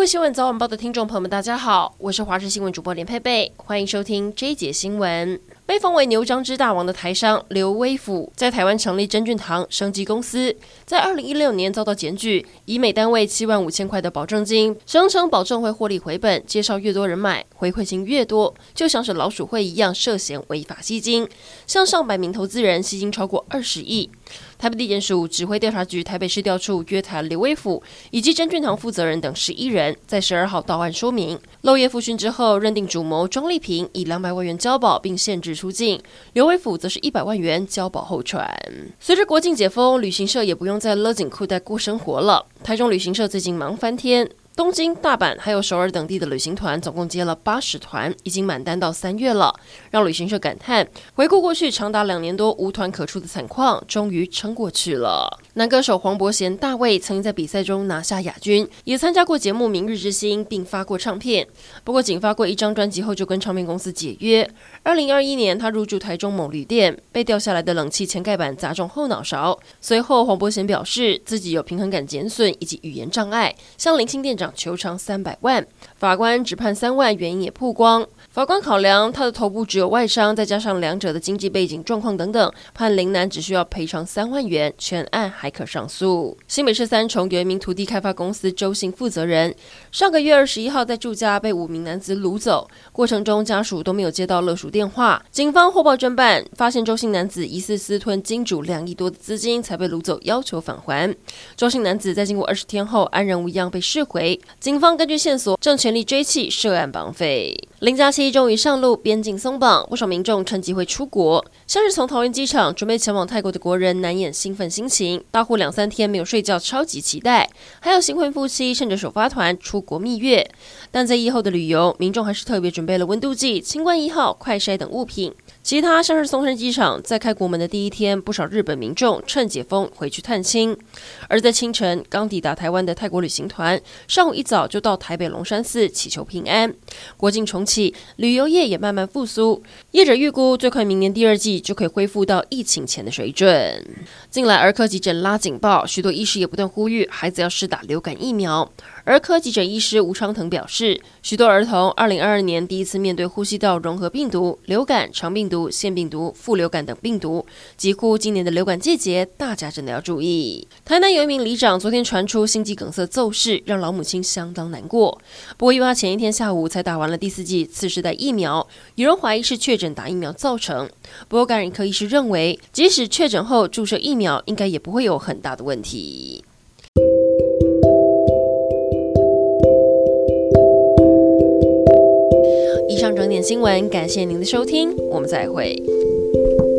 位新闻早晚报的听众朋友们，大家好，我是华视新闻主播连佩佩，欢迎收听这一节新闻。被封为牛樟芝大王的台商刘威甫，在台湾成立真菌堂生技公司，在2016年遭到检举，以每单位75000块的保证金，声称保证会获利回本，介绍越多人买，回馈金越多，就像是老鼠会一样涉嫌违法吸金，向上百名投资人吸金超过20亿。台北地检署指挥调查局台北市调处约谈刘威甫以及真菌堂负责人等11人，在12号到案说明，漏夜复讯之后，认定主谋庄丽萍以200万元交保，并限制出境，刘威甫则是100万元交保候传。随着国境解封，旅行社也不用再勒紧裤带过生活了。台中旅行社最近忙翻天。东京、大阪还有首尔等地的旅行团总共接了80团，已经满单到3月了，让旅行社感叹，回顾过去长达2年多无团可出的惨况，终于撑过去了。男歌手黄伯贤大卫曾经在比赛中拿下亚军，也参加过节目《明日之星》，并发过唱片。不过仅发过1张专辑后就跟唱片公司解约。2021年他入住台中某旅店，被掉下来的冷气前盖板砸中后脑勺。随后黄伯贤表示自己有平衡感减损以及语言障碍，向林姓店长求偿300万，法官只判3万，原因也曝光。法官考量他的头部只有外伤，再加上两者的经济背景状况等等，判林男只需要赔偿3万元，全案还可上诉。新北市三重有一名土地开发公司周姓负责人，上个月21号在住家被5名男子掳走，过程中家属都没有接到勒赎电话。警方获报侦办，发现周姓男子疑似私吞金主2亿多的资金，才被掳走，要求返还。周姓男子在经过20天后安然无恙被释回。警方根据线索正全力追缉，涉案绑匪。零加7终于上路，边境松绑，不少民众趁机会出国。像是从桃园机场准备前往泰国的国人，难掩兴奋心情，大呼2-3天没有睡觉，超级期待。还有新婚夫妻趁着首发团出国蜜月。但在疫后的旅游，民众还是特别准备了温度计、清冠1号、快筛等物品。其他像是松山机场，在开国门的第一天，不少日本民众趁解封回去探亲。而在清晨，刚抵达台湾的泰国旅行团，上午一早就到台北龙山寺祈求平安。国境重启，旅游业也慢慢复苏，业者预估最快明年第2季就可以恢复到疫情前的水准。近来儿科急诊拉警报，许多医师也不断呼吁孩子要施打流感疫苗。儿科急诊医师吴昌腾表示，许多儿童2022年第一次面对呼吸道融合病毒、流感、肠病毒、腺病毒、副流感等病毒，几乎今年的流感季节，大家真的要注意。台南有一名里长昨天传出心肌梗塞骤逝，让老母亲相当难过。不过因为他前一天下午才打完了第4剂次世代疫苗，有人怀疑是确诊打疫苗造成。不过感染科医师认为，即使确诊后注射疫苗，应该也不会有很大的问题。以上整点新闻，感谢您的收听，我们再会。